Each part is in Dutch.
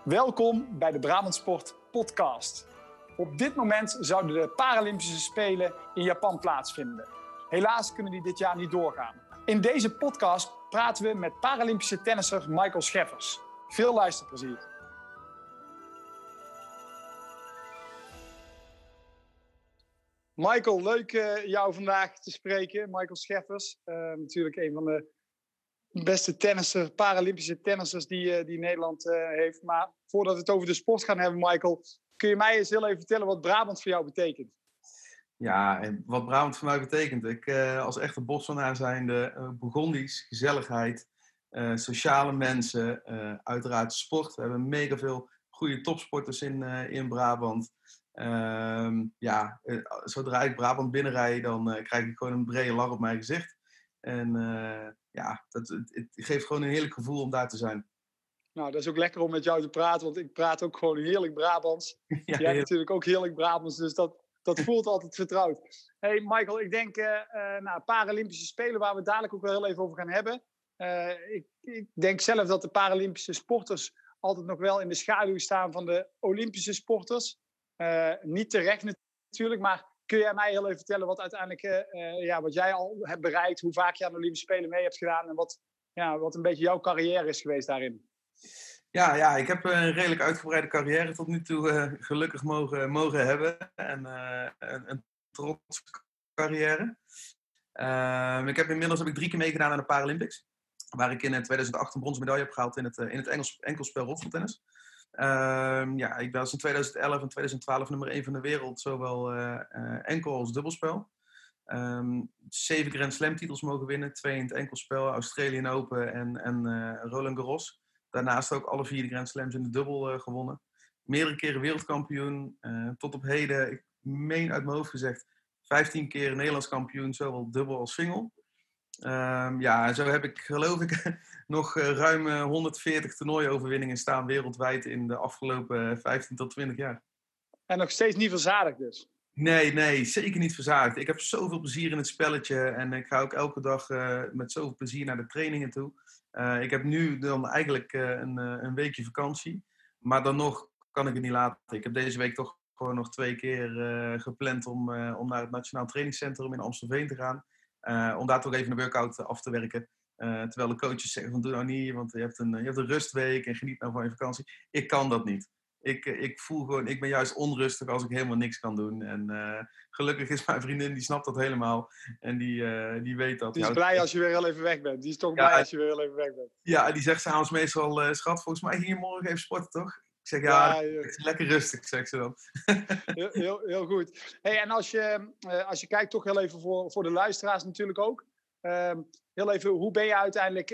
Welkom bij de Brabant Sport podcast. Op dit moment zouden de Paralympische Spelen in Japan plaatsvinden. Helaas kunnen die dit jaar niet doorgaan. In deze podcast praten we met Paralympische tennisser Michael Scheffers. Veel luisterplezier. Michael, leuk jou vandaag te spreken. Michael Scheffers, natuurlijk een van de beste Paralympische tennissers die Nederland heeft. Maar voordat we het over de sport gaan hebben, Michael, kun je mij eens heel even vertellen wat Brabant voor jou betekent? Ja, en wat Brabant voor mij betekent. Ik als echte Bossenaar zijnde Burgondisch, gezelligheid, sociale mensen, uiteraard sport. We hebben mega veel goede topsporters in Brabant. Zodra ik Brabant binnenrijd, dan krijg ik gewoon een brede lach op mijn gezicht. En het geeft gewoon een heerlijk gevoel om daar te zijn. Nou, dat is ook lekker om met jou te praten, want ik praat ook gewoon heerlijk Brabants. Jij hebt natuurlijk ook heerlijk Brabants, dus dat voelt altijd vertrouwd. Hey Michael, ik denk Paralympische Spelen, waar we het dadelijk ook wel heel even over gaan hebben. Ik denk zelf dat de Paralympische sporters altijd nog wel in de schaduw staan van de Olympische sporters. Niet terecht natuurlijk, maar kun jij mij heel even vertellen wat uiteindelijk wat jij al hebt bereikt, hoe vaak je aan de Olympische Spelen mee hebt gedaan en wat een beetje jouw carrière is geweest daarin? Ja, ik heb een redelijk uitgebreide carrière tot nu toe gelukkig mogen hebben. En een trots carrière. Inmiddels heb ik 3 keer meegedaan aan de Paralympics. Waar ik in 2008 een bronzen medaille heb gehaald in het enkelspel rolstoeltennis. Ik was in 2011 en 2012 nummer 1 van de wereld. Zowel enkel als dubbelspel. 7 Grand Slam titels mogen winnen. 2 in het enkelspel, Australian Open en Roland Garros. Daarnaast ook alle 4 de Grand Slams in de dubbel gewonnen. Meerdere keren wereldkampioen. Tot op heden, ik meen uit mijn hoofd gezegd, 15 keer Nederlands kampioen, zowel dubbel als single. Zo heb ik, geloof ik, nog ruim 140 toernooioverwinningen staan wereldwijd in de afgelopen 15 tot 20 jaar. En nog steeds niet verzadigd dus? Nee, zeker niet verzadigd. Ik heb zoveel plezier in het spelletje en ik ga ook elke dag met zoveel plezier naar de trainingen toe. Ik heb nu dan eigenlijk een weekje vakantie, maar dan nog kan ik het niet laten. Ik heb deze week toch gewoon nog 2 keer gepland om naar het Nationaal Trainingscentrum in Amstelveen te gaan. Om daar toch even een workout af te werken. Terwijl de coaches zeggen van doe nou niet, want je hebt een rustweek en geniet nou van je vakantie. Ik kan dat niet. Ik voel gewoon, ik ben juist onrustig als ik helemaal niks kan doen. En gelukkig is mijn vriendin, die snapt dat helemaal. En die weet dat. Die is blij als je weer heel even weg bent. Die is toch blij als je weer heel even weg bent. Ja, die zegt s'avonds meestal, schat, volgens mij hier morgen even sporten, toch? Ik zeg, ja. Lekker rustig, zegt ze dan. Heel goed. Hey, en als je kijkt, toch heel even voor de luisteraars natuurlijk ook. Heel even, hoe ben je uiteindelijk...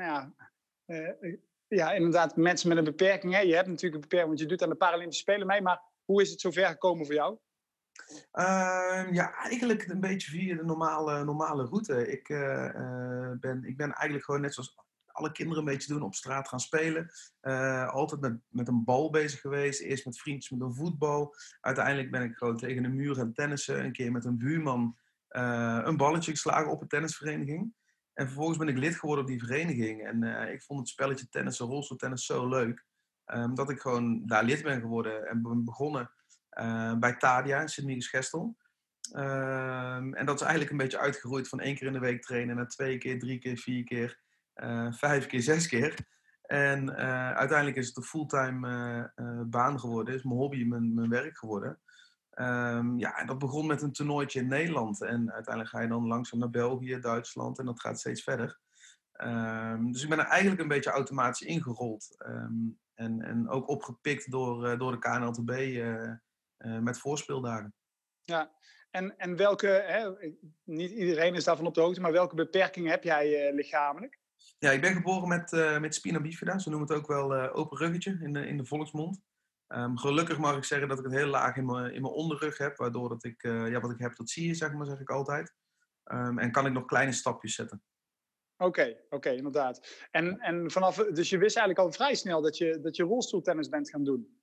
inderdaad, mensen met een beperking. Hè? Je hebt natuurlijk een beperking, want je doet aan de Paralympische Spelen mee. Maar hoe is het zover gekomen voor jou? Eigenlijk een beetje via de normale route. Ik ben eigenlijk gewoon net zoals alle kinderen een beetje doen, op straat gaan spelen. Altijd met een bal bezig geweest. Eerst met vriendjes met een voetbal. Uiteindelijk ben ik gewoon tegen een muur gaan tennissen. Een keer met een buurman een balletje geslagen op een tennisvereniging. En vervolgens ben ik lid geworden op die vereniging. En ik vond het spelletje tennissen, rolstoeltennis zo leuk. Dat ik gewoon daar lid ben geworden en ben begonnen bij Tadia in Sint-Michiels-Gestel. En dat is eigenlijk een beetje uitgegroeid van 1 keer in de week trainen naar 2 keer, 3 keer, 4 keer, 5 keer, 6 keer. En uiteindelijk is het een fulltime baan geworden. Is mijn hobby mijn werk geworden. En dat begon met een toernooitje in Nederland. En uiteindelijk ga je dan langzaam naar België, Duitsland. En dat gaat steeds verder. Dus ik ben er eigenlijk een beetje automatisch ingerold. En ook opgepikt door de KNLTB met voorspeeldagen. Ja, en welke, niet iedereen is daarvan op de hoogte, maar welke beperkingen heb jij lichamelijk? Ja, ik ben geboren met spina bifida. Ze noemen het ook wel open ruggetje in de volksmond. Gelukkig mag ik zeggen dat ik het heel laag in mijn onderrug heb. Waardoor dat ik, wat ik heb, dat zie je, zeg ik altijd. En kan ik nog kleine stapjes zetten. Oké, inderdaad. En dus je wist eigenlijk al vrij snel dat je rolstoeltennis bent gaan doen?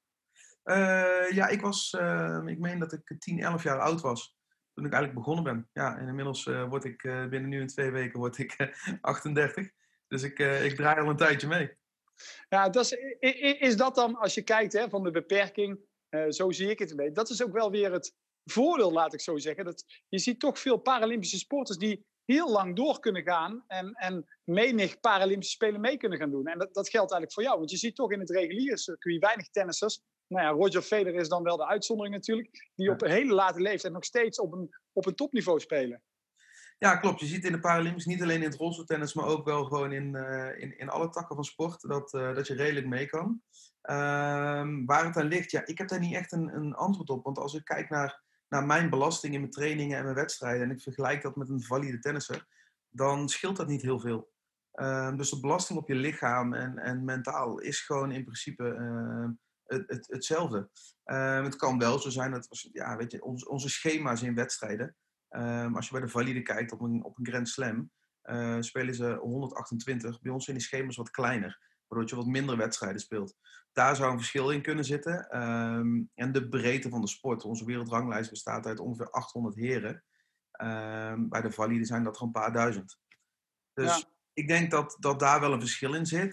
Ik meen dat ik 10, 11 jaar oud was. Toen ik eigenlijk begonnen ben. Ja, en inmiddels word ik binnen nu in 2 weken 38. Dus ik draai al een tijdje mee. Ja, is dat dan, als je kijkt hè, van de beperking, zo zie ik het een beetje. Dat is ook wel weer het voordeel, laat ik zo zeggen. Dat, je ziet toch veel Paralympische sporters die heel lang door kunnen gaan en menig Paralympische Spelen mee kunnen gaan doen. En dat geldt eigenlijk voor jou, want je ziet toch in het reguliere circuit weinig tennissers. Nou ja, Roger Federer is dan wel de uitzondering natuurlijk, die op een hele late leeftijd nog steeds op een topniveau spelen. Ja, klopt. Je ziet in de Paralympics niet alleen in het rolstoeltennis, maar ook wel gewoon in alle takken van sport dat je redelijk mee kan. Waar het aan ligt, ja, ik heb daar niet echt een antwoord op. Want als ik kijk naar mijn belasting in mijn trainingen en mijn wedstrijden en ik vergelijk dat met een valide tennisser, dan scheelt dat niet heel veel. Dus de belasting op je lichaam en mentaal is gewoon in principe hetzelfde. Het kan wel zo zijn dat ja, weet je, onze schema's in wedstrijden. Als je bij de valide kijkt op een Grand Slam, spelen ze 128. Bij ons zijn die schema's wat kleiner, waardoor je wat minder wedstrijden speelt. Daar zou een verschil in kunnen zitten. En de breedte van de sport. Onze wereldranglijst bestaat uit ongeveer 800 heren. Bij de valide zijn dat er een paar duizend. Dus ja, ik denk dat daar wel een verschil in zit.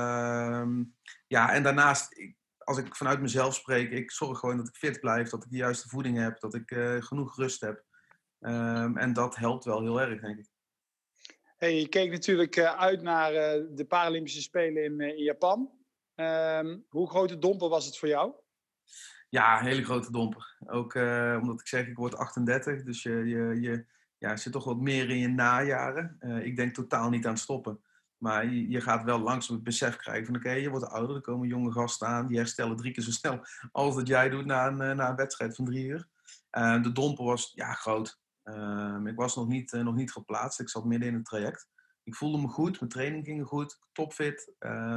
Ja, en daarnaast, als ik vanuit mezelf spreek, ik zorg gewoon dat ik fit blijf, dat ik de juiste voeding heb, dat ik genoeg rust heb. En dat helpt wel heel erg, denk ik. Hey, je keek natuurlijk uit naar de Paralympische Spelen in Japan. Hoe grote domper was het voor jou? Ja, een hele grote domper. Ook omdat ik zeg, ik word 38, dus je zit toch wat meer in je najaren. Ik denk totaal niet aan stoppen. Maar je gaat wel langzaam het besef krijgen van oké, je wordt ouder, er komen jonge gasten aan, die herstellen 3 keer zo snel als dat jij doet na een wedstrijd van 3 uur. De domper was groot. Ik was nog niet geplaatst, ik zat midden in het traject. Ik voelde me goed, mijn training ging goed, topfit.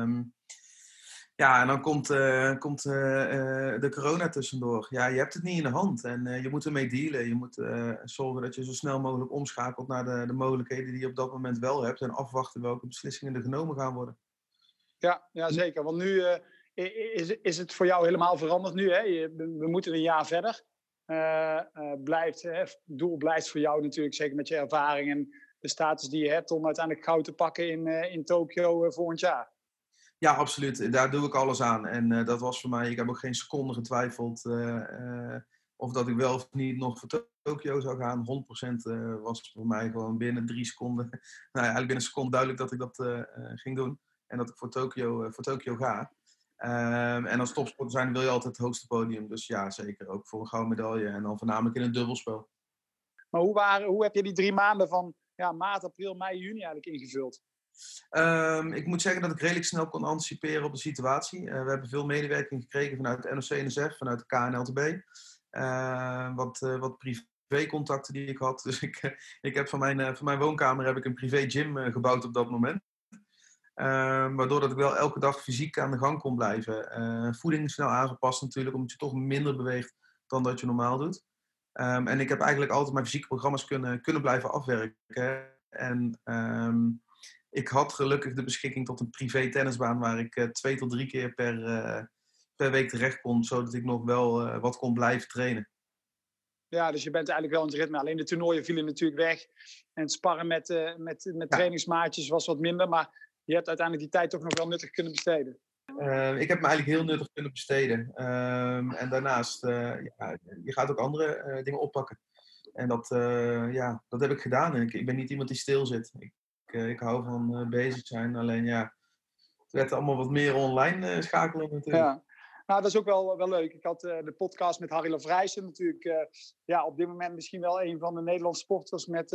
Ja, en dan komt de corona tussendoor. Ja, je hebt het niet in de hand en je moet ermee dealen. Je moet zorgen dat je zo snel mogelijk omschakelt naar de mogelijkheden die je op dat moment wel hebt en afwachten welke beslissingen er genomen gaan worden. Ja, zeker. Want nu is het voor jou helemaal veranderd nu. Hè? We moeten een jaar verder. Het doel blijft voor jou natuurlijk, zeker met je ervaring en de status die je hebt, om uiteindelijk goud te pakken in Tokio volgend jaar. Ja, absoluut. Daar doe ik alles aan. En dat was voor mij, ik heb ook geen seconde getwijfeld of dat ik wel of niet nog voor Tokio zou gaan. 100% was voor mij gewoon binnen 3 seconden, nou ja, eigenlijk binnen een seconde duidelijk dat ik dat ging doen. En dat ik voor Tokio ga. En als topsporter zijn wil je altijd het hoogste podium. Dus ja, zeker. Ook voor een gouden medaille. En dan voornamelijk in een dubbelspel. Maar hoe heb je die 3 maanden van maart, april, mei, juni eigenlijk ingevuld? Ik moet zeggen dat ik redelijk snel kon anticiperen op de situatie. We hebben veel medewerking gekregen vanuit de NOC-NSF, vanuit de KNLTB. Wat privécontacten die ik had. Dus ik heb van mijn woonkamer heb ik een privé gym gebouwd op dat moment. Waardoor dat ik wel elke dag fysiek aan de gang kon blijven. Voeding snel aangepast natuurlijk, omdat je toch minder beweegt dan dat je normaal doet. En ik heb eigenlijk altijd mijn fysieke programma's kunnen blijven afwerken. En ik had gelukkig de beschikking tot een privé tennisbaan waar ik 2 tot 3 keer per week terecht kon, zodat ik nog wel wat kon blijven trainen. Ja, dus je bent eigenlijk wel in het ritme. Alleen de toernooien vielen natuurlijk weg. En het sparren met trainingsmaatjes was wat minder. Maar je hebt uiteindelijk die tijd toch nog wel nuttig kunnen besteden. Ik heb me eigenlijk heel nuttig kunnen besteden. En daarnaast, je gaat ook andere dingen oppakken. En dat heb ik gedaan. En ik ben niet iemand die stil zit. Ik hou van bezig zijn. Alleen ja, het werd allemaal wat meer online schakelen natuurlijk. Ja. Nou, dat is ook wel leuk. Ik had de podcast met Harry Lavrijsen. Natuurlijk op dit moment misschien wel een van de Nederlandse sporters met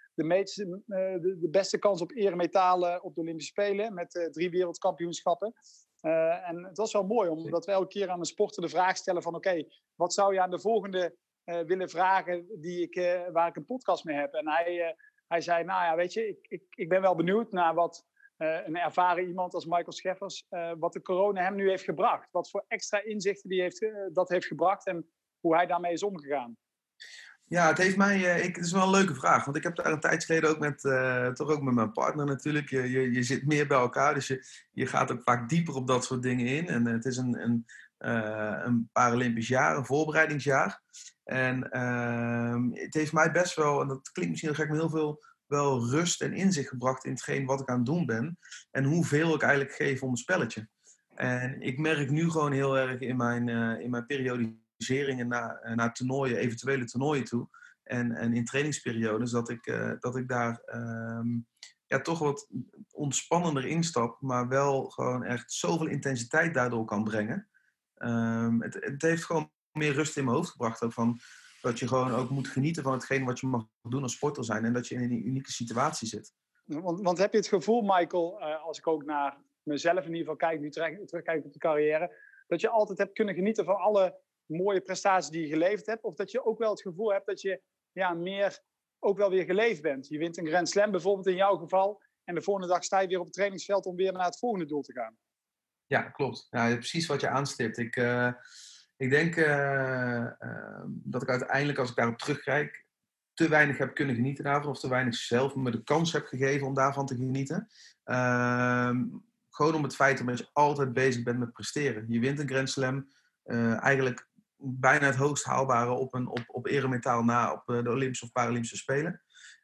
de beste kans op eremetalen op de Olympische Spelen. Met 3 wereldkampioenschappen. En het was wel mooi, omdat we elke keer aan een sporter de vraag stellen van oké, wat zou je aan de volgende willen vragen waar ik een podcast mee heb? En hij zei, nou ja, weet je, ik ben wel benieuwd naar wat een ervaren iemand als Michael Scheffers, wat de corona hem nu heeft gebracht. Wat voor extra inzichten dat heeft gebracht en hoe hij daarmee is omgegaan. Ja, het heeft mij. Het is wel een leuke vraag, want ik heb daar een tijdje geleden ook met mijn partner natuurlijk. Je zit meer bij elkaar, dus je gaat ook vaak dieper op dat soort dingen in. En het is een Paralympisch jaar, een voorbereidingsjaar. En het heeft mij best wel, en dat klinkt misschien heel gek, maar heel veel wel rust en inzicht gebracht in hetgeen wat ik aan het doen ben. En hoeveel ik eigenlijk geef om een spelletje. En ik merk nu gewoon heel erg in mijn periodiseringen naar toernooien, eventuele toernooien toe. En in trainingsperiodes dat ik daar toch wat ontspannender instap. Maar wel gewoon echt zoveel intensiteit daardoor kan brengen. Het heeft gewoon meer rust in mijn hoofd gebracht. Ook van dat je gewoon ook moet genieten van hetgeen wat je mag doen als sporter zijn. En dat je in een unieke situatie zit. Want heb je het gevoel, Michael, als ik ook naar mezelf in ieder geval kijk, nu terugkijk op de carrière, dat je altijd hebt kunnen genieten van alle mooie prestaties die je geleverd hebt? Of dat je ook wel het gevoel hebt dat je meer ook wel weer geleefd bent? Je wint een Grand Slam bijvoorbeeld in jouw geval. En de volgende dag sta je weer op het trainingsveld om weer naar het volgende doel te gaan. Ja, klopt. Ja, precies wat je aanstipt. Ik denk dat ik uiteindelijk, als ik daarop terugkijk, te weinig heb kunnen genieten daarvan. Of te weinig zelf me de kans heb gegeven om daarvan te genieten. Gewoon om het feit dat je altijd bezig bent met presteren. Je wint een Grand Slam. Eigenlijk bijna het hoogst haalbare op eremetaal na op de Olympische of Paralympische Spelen.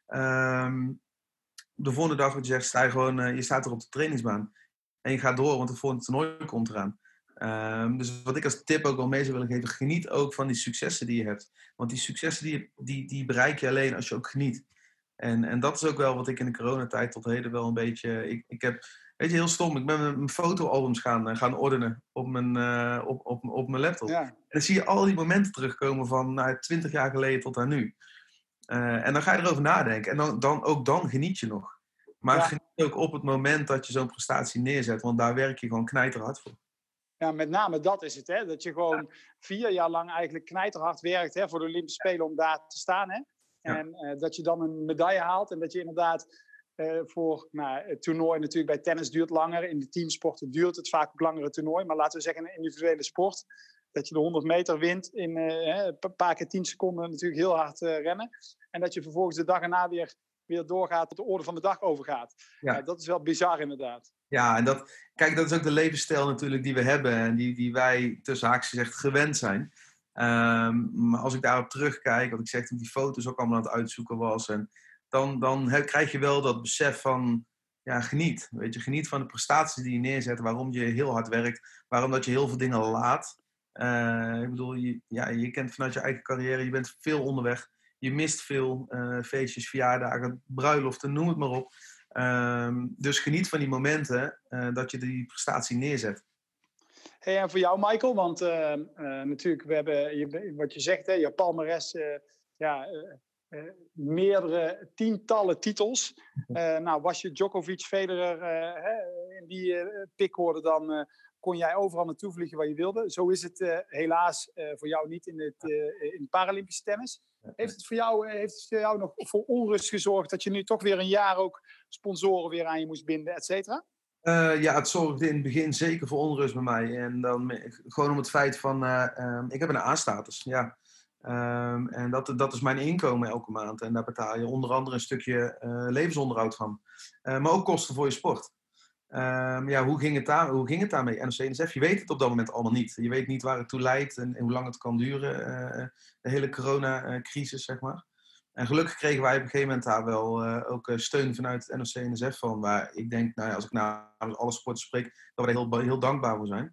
De volgende dag, wat je zegt, je staat er op de trainingsbaan. En je gaat door, want het volgende toernooi komt eraan. Dus wat ik als tip ook wel mee zou willen geven, geniet ook van die successen die je hebt. Want die successen die bereik je alleen als je ook geniet. En dat is ook wel wat ik in de coronatijd tot heden wel een beetje... Ik heb, weet je, heel stom, ik ben mijn fotoalbums gaan ordenen op mijn laptop. Ja. En dan zie je al die momenten terugkomen van 20 jaar geleden tot aan nu. En dan ga je erover nadenken. En dan geniet je nog. Maar geniet ook op het moment dat je zo'n prestatie neerzet. Want daar werk je gewoon knijterhard voor. Ja, met name dat is het. Hè? Dat je gewoon 4 jaar lang eigenlijk knijterhard werkt, hè, voor de Olympische Spelen om daar te staan. Hè? En dat je dan een medaille haalt. En dat je inderdaad het toernooi natuurlijk bij tennis duurt langer. In de teamsporten duurt het vaak ook langer het toernooi. Maar laten we zeggen een individuele sport. Dat je de 100 meter wint in een paar keer 10 seconden natuurlijk heel hard rennen. En dat je vervolgens de dag erna weer doorgaat, tot de orde van de dag overgaat. Ja. Dat is wel bizar inderdaad. Ja, en dat is ook de levensstijl natuurlijk die we hebben. En die wij tussen haakjes gezegd gewend zijn. Maar als ik daarop terugkijk, wat ik zeg, toen die foto's ook allemaal aan het uitzoeken was. En dan krijg je wel dat besef van, geniet. Weet je, geniet van de prestaties die je neerzet. Waarom je heel hard werkt. Waarom dat je heel veel dingen laat. Ik bedoel, je kent vanuit je eigen carrière, je bent veel onderweg. Je mist veel feestjes, verjaardagen, bruiloften, noem het maar op. Dus geniet van die momenten dat je die prestatie neerzet. Hey, en voor jou, Michael, want natuurlijk, we hebben wat je zegt, hè, je palmares, meerdere tientallen titels. Was je Djokovic, Federer in die pikorde, dan kon jij overal naartoe vliegen waar je wilde. Zo is het helaas voor jou niet in het Paralympische tennis. Heeft het voor jou nog voor onrust gezorgd dat je nu toch weer een jaar ook sponsoren weer aan je moest binden, et cetera? Het zorgde in het begin zeker voor onrust bij mij. En dan gewoon om het feit van, ik heb een A-status. Ja. En dat is mijn inkomen elke maand. En daar betaal je onder andere een stukje levensonderhoud van. Maar ook kosten voor je sport. Hoe ging het daarmee? NOC-NSF, je weet het op dat moment allemaal niet. Je weet niet waar het toe leidt en hoe lang het kan duren. De hele coronacrisis, zeg maar. En gelukkig kregen wij op een gegeven moment daar wel ook steun vanuit het NOC-NSF van. Waar ik denk, als ik namens alle sporters spreek, dat we er heel dankbaar voor zijn.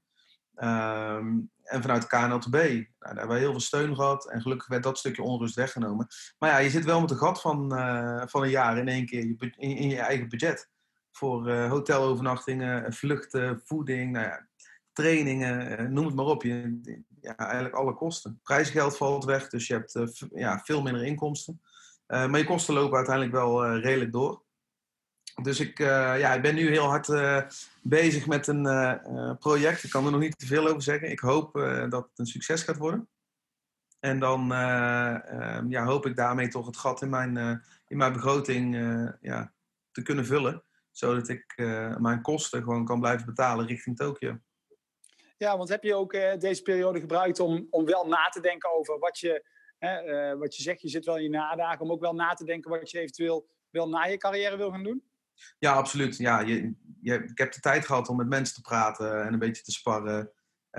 En vanuit de KNLTB, daar hebben we heel veel steun gehad. En gelukkig werd dat stukje onrust weggenomen. Maar je zit wel met een gat van een jaar in één keer in je eigen budget. Voor hotelovernachtingen, vluchten, voeding, trainingen, noem het maar op. Eigenlijk alle kosten. Prijsgeld valt weg, dus je hebt veel minder inkomsten. Maar je kosten lopen uiteindelijk wel redelijk door. Dus ik ben nu heel hard bezig met een project. Ik kan er nog niet te veel over zeggen. Ik hoop dat het een succes gaat worden. En dan hoop ik daarmee toch het gat in mijn begroting te kunnen vullen. Zodat ik mijn kosten gewoon kan blijven betalen richting Tokio. Ja, want heb je ook deze periode gebruikt om wel na te denken over wat je zegt? Je zit wel in je nadagen, om ook wel na te denken wat je eventueel wel na je carrière wil gaan doen? Ja, absoluut. Ja, ik heb de tijd gehad om met mensen te praten en een beetje te sparren.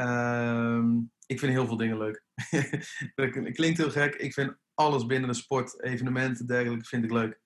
Ik vind heel veel dingen leuk. Dat klinkt heel gek. Ik vind alles binnen de sport, evenementen, dergelijke, vind ik leuk.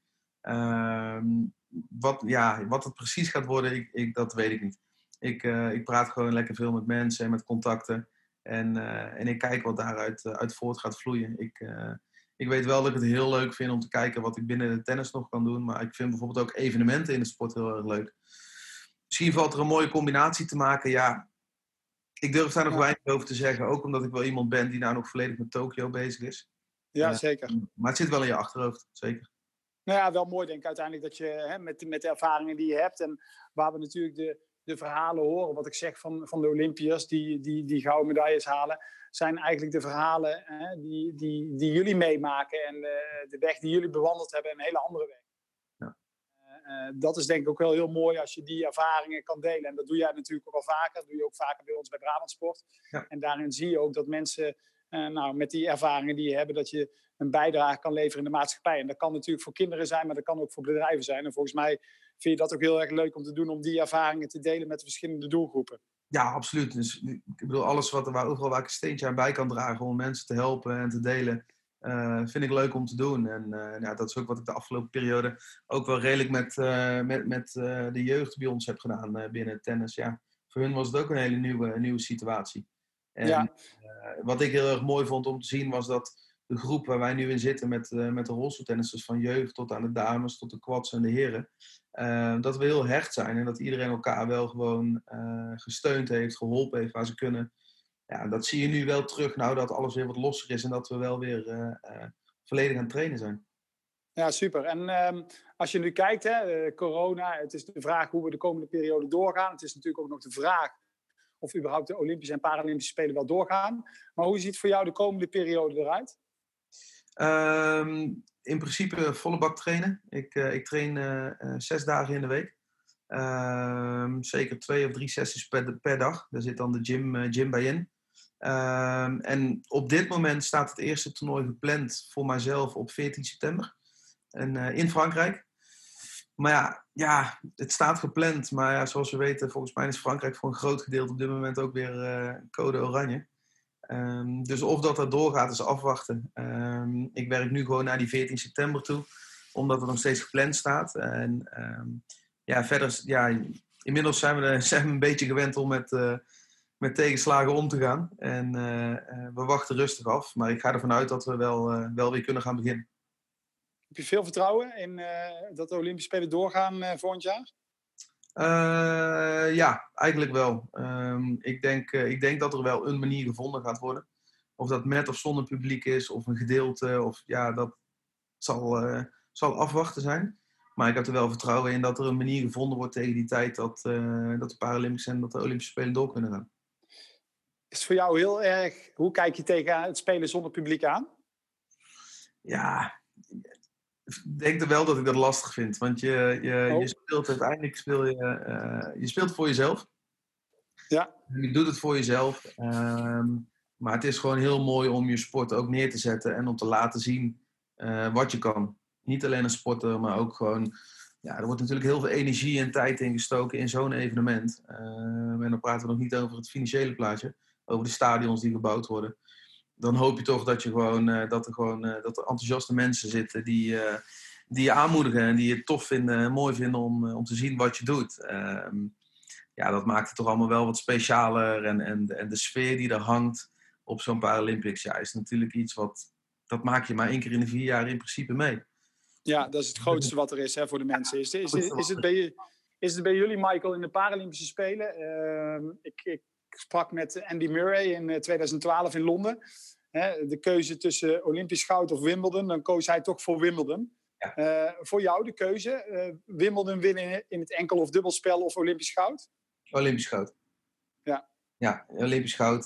Ehm, wat het precies gaat worden, dat weet ik niet. Ik praat gewoon lekker veel met mensen en met contacten. En ik kijk wat daaruit uit voort gaat vloeien. Ik weet wel dat ik het heel leuk vind om te kijken wat ik binnen de tennis nog kan doen. Maar ik vind bijvoorbeeld ook evenementen in de sport heel erg leuk. Misschien valt er een mooie combinatie te maken. Ja, ik durf daar nog weinig over te zeggen. Ook omdat ik wel iemand ben die nou nog volledig met Tokio bezig is. Ja, zeker. Maar het zit wel in je achterhoofd, zeker. Nou ja, wel mooi denk ik uiteindelijk dat je met de ervaringen die je hebt en waar we natuurlijk de verhalen horen, wat ik zeg van de Olympiërs die gouden medailles halen, zijn eigenlijk de verhalen die jullie meemaken en de weg die jullie bewandeld hebben, een hele andere weg. Ja. Dat is denk ik ook wel heel mooi als je die ervaringen kan delen. En dat doe jij natuurlijk ook al vaker. Dat doe je ook vaker bij ons bij Brabant Sport. Ja. En daarin zie je ook dat mensen met die ervaringen die je hebben, dat je een bijdrage kan leveren in de maatschappij. En dat kan natuurlijk voor kinderen zijn, maar dat kan ook voor bedrijven zijn. En volgens mij vind je dat ook heel erg leuk om te doen, om die ervaringen te delen met de verschillende doelgroepen. Ja, absoluut. Dus, ik bedoel, alles overal waar ik een steentje aan bij kan dragen om mensen te helpen en te delen, vind ik leuk om te doen. En dat is ook wat ik de afgelopen periode ook wel redelijk met de jeugd bij ons heb gedaan binnen het tennis. Ja, voor hun was het ook een hele nieuwe situatie. En wat ik heel erg mooi vond om te zien was dat de groep waar wij nu in zitten met de rolstoeltennissers van jeugd tot aan de dames, tot de quads en de heren, dat we heel hecht zijn en dat iedereen elkaar wel gewoon gesteund heeft, geholpen heeft waar ze kunnen. Ja, dat zie je nu wel terug, nou dat alles weer wat losser is en dat we wel weer volledig aan het trainen zijn. Ja, super. En als je nu kijkt, corona, het is de vraag hoe we de komende periode doorgaan. Het is natuurlijk ook nog de vraag of überhaupt de Olympische en Paralympische Spelen wel doorgaan. Maar hoe ziet voor jou de komende periode eruit? In principe volle bak trainen. Ik train 6 dagen in de week. Zeker 2 of 3 sessies per dag. Daar zit dan de gym bij in. En op dit moment staat het eerste toernooi gepland voor mijzelf op 14 september. En, in Frankrijk. Maar ja, het staat gepland. Maar ja, zoals we weten, volgens mij is Frankrijk voor een groot gedeelte op dit moment ook weer code oranje. Dus of dat doorgaat is afwachten. Ik werk nu gewoon naar die 14 september toe. Omdat het nog steeds gepland staat. En verder, inmiddels zijn we een beetje gewend om met tegenslagen om te gaan. En we wachten rustig af. Maar ik ga ervan uit dat we wel weer kunnen gaan beginnen. Heb je veel vertrouwen in dat de Olympische Spelen doorgaan volgend jaar? Ja, eigenlijk wel. Ik denk dat er wel een manier gevonden gaat worden. Of dat met of zonder publiek is, of een gedeelte, of ja, dat zal afwachten zijn. Maar ik heb er wel vertrouwen in dat er een manier gevonden wordt tegen die tijd dat de Paralympische en dat de Olympische Spelen door kunnen gaan. Is het voor jou heel erg, hoe kijk je tegen het spelen zonder publiek aan? Ja, ik denk wel dat ik dat lastig vind. Want je speelt uiteindelijk je speelt voor jezelf. Ja. Je doet het voor jezelf. Maar het is gewoon heel mooi om je sport ook neer te zetten en om te laten zien wat je kan. Niet alleen als sporter, maar ook gewoon... Ja, er wordt natuurlijk heel veel energie en tijd ingestoken in zo'n evenement. En dan praten we nog niet over het financiële plaatje. Over de stadions die gebouwd worden. Dan hoop je toch dat dat er enthousiaste mensen zitten die je aanmoedigen en die je tof vinden, mooi vinden om te zien wat je doet. Dat maakt het toch allemaal wel wat specialer. En de sfeer die er hangt op zo'n Paralympics, is natuurlijk iets dat maak je maar 1 keer in de 4 jaar in principe mee. Ja, dat is het grootste wat er is voor de mensen. Is het bij jullie, Michael, in de Paralympische Spelen? Ik sprak met Andy Murray in 2012 in Londen. De keuze tussen Olympisch goud of Wimbledon, dan koos hij toch voor Wimbledon. Ja. Voor jou de keuze, Wimbledon winnen in het enkel- of dubbelspel of Olympisch goud? Olympisch goud. Ja. Ja, Olympisch goud.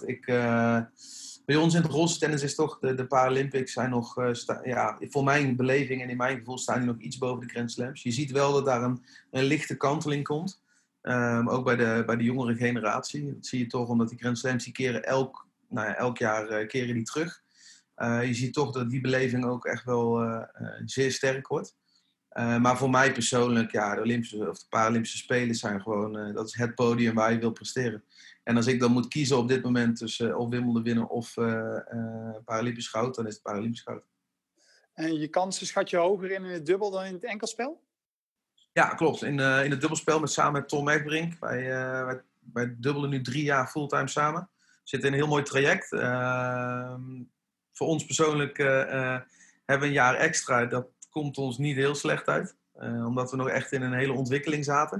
Bij ons in het rolstoeltennis is toch de Paralympics zijn nog, voor mijn beleving en in mijn gevoel staan die nog iets boven de Grand Slams. Je ziet wel dat daar een lichte kanteling komt. Ook bij de jongere generatie. Dat zie je toch omdat die Grand Slams die keren elk jaar keren die terug. Je ziet toch dat die beleving ook echt wel zeer sterk wordt. Maar voor mij persoonlijk, de Olympische of de Paralympische Spelen zijn gewoon, dat is het podium waar je wil presteren. En als ik dan moet kiezen op dit moment tussen of Wimbledon winnen of Paralympisch goud, dan is het Paralympisch goud. En je kansen schat je hoger in het dubbel dan in het enkelspel? Ja, klopt. In het dubbelspel samen met Tom Egberink. Wij dubbelen nu 3 jaar fulltime samen. We zitten in een heel mooi traject. Voor ons persoonlijk hebben we een jaar extra. Dat komt ons niet heel slecht uit. Omdat we nog echt in een hele ontwikkeling zaten.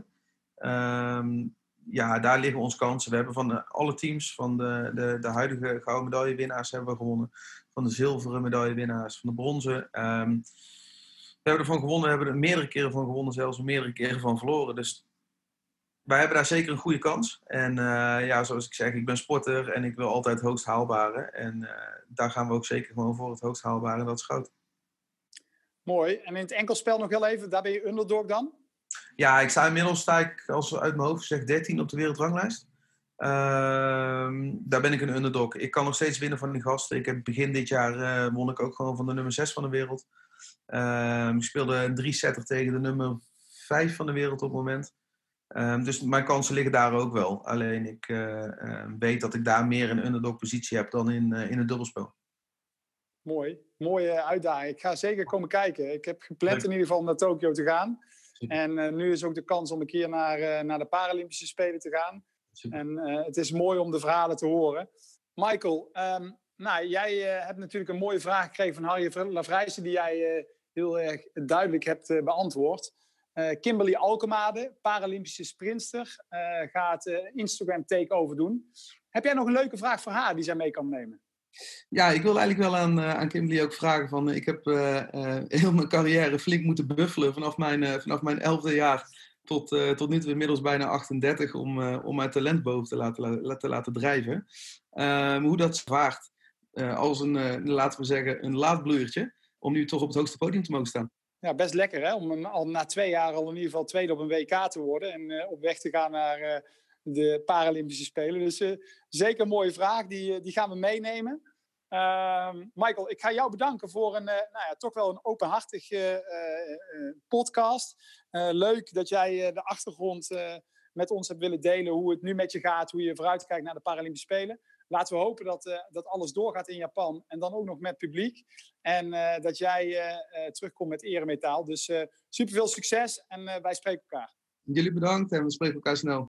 Ja, daar liggen onze kansen. We hebben van alle teams, van de huidige gouden medaillewinnaars hebben we gewonnen. Van de zilveren medaillewinnaars, van de bronzen. We hebben ervan gewonnen, we hebben er meerdere keren van gewonnen, zelfs meerdere keren van verloren. Dus wij hebben daar zeker een goede kans. En ja, zoals ik zeg, ik ben sporter en ik wil altijd het hoogst haalbare. En daar gaan we ook zeker gewoon voor het hoogst haalbare en dat is goud. Mooi. En in het enkelspel nog heel even, daar ben je underdog dan? Ja, inmiddels sta ik, als uit mijn hoofd zeg, 13 op de wereldranglijst. Daar ben ik een underdog. Ik kan nog steeds winnen van die gasten. Ik heb begin dit jaar won ik ook gewoon van de nummer 6 van de wereld. Ik speelde een 3-setter tegen de nummer 5 van de wereld op het moment. Dus mijn kansen liggen daar ook wel. Alleen ik weet dat ik daar meer een underdog positie heb dan in het dubbelspel. Mooi. Mooie uitdaging. Ik ga zeker komen kijken. Ik heb gepland in ieder geval om naar Tokio te gaan. Super. En nu is ook de kans om een keer naar de Paralympische Spelen te gaan. Super. En het is mooi om de verhalen te horen. Michael, jij hebt natuurlijk een mooie vraag gekregen van Harry Lavrijsen die jij heel erg duidelijk hebt beantwoord. Kimberly Alkemade, Paralympische sprinter, gaat Instagram takeover doen. Heb jij nog een leuke vraag voor haar die zij mee kan nemen? Ja, ik wil eigenlijk wel aan Kimberly ook vragen van... Ik heb heel mijn carrière flink moeten buffelen vanaf mijn 11e jaar tot nu toe inmiddels bijna 38 om mijn talent boven te laten drijven. Hoe dat vaart als laten we zeggen, een laadbloeiertje om nu toch op het hoogste podium te mogen staan. Ja, best lekker hè, om al na 2 jaar al in ieder geval tweede op een WK te worden en op weg te gaan naar de Paralympische Spelen. Dus zeker een mooie vraag, die gaan we meenemen. Michael, ik ga jou bedanken voor toch wel een openhartig podcast. Leuk dat jij de achtergrond met ons hebt willen delen, hoe het nu met je gaat, hoe je vooruit kijkt naar de Paralympische Spelen. Laten we hopen dat alles doorgaat in Japan en dan ook nog met publiek. En dat jij terugkomt met eremetaal. Dus super veel succes en wij spreken elkaar. Jullie bedankt en we spreken elkaar snel.